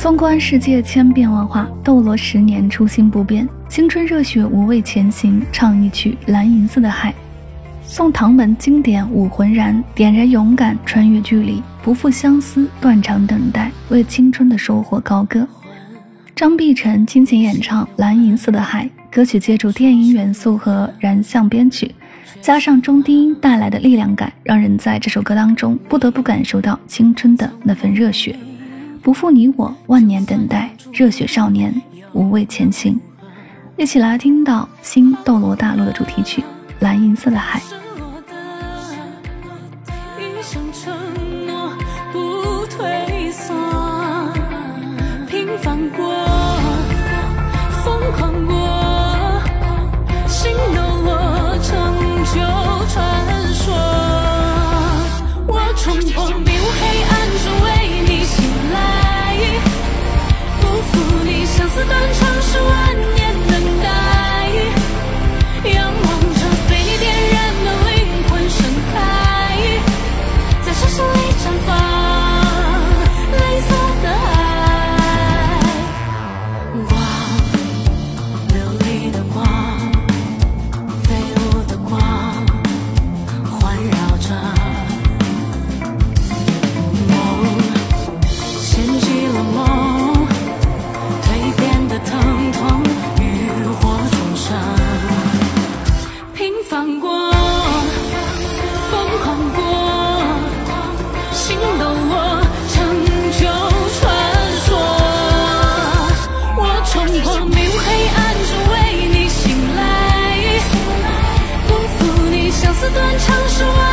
纵观世界千变万化，斗罗10年初心不变，青春热血无畏前行，唱一曲蓝银色的海。宋唐门经典武魂燃，点燃勇敢，穿越距离，不负相思，断肠等待，为青春的收获高歌。张碧晨倾情演唱《蓝银色的海》，歌曲借助电音元素和燃像编曲，加上中低音带来的力量感，让人在这首歌当中不得不感受到青春的那份热血。不负你我，万年等待，热血少年，无畏前行。一起来听到新斗罗大陆的主题曲《蓝银色的海》。 一生承诺不退缩，平凡过，疯狂过，心斗罗成就传说。我冲破迷雾黑暗，只为你醒来，不负你相思断肠10万年等待，仰望着被你点燃的灵魂盛开，在深深里绽放蓝色的海。光，琉璃的光，飞舞的光，环绕着梦，掀起了梦，蜕变的疼痛，浴火重生。平凡过，疯狂过，心斗罗成就传说。我冲破迷雾黑暗，只为你醒来，不负你相思断肠10万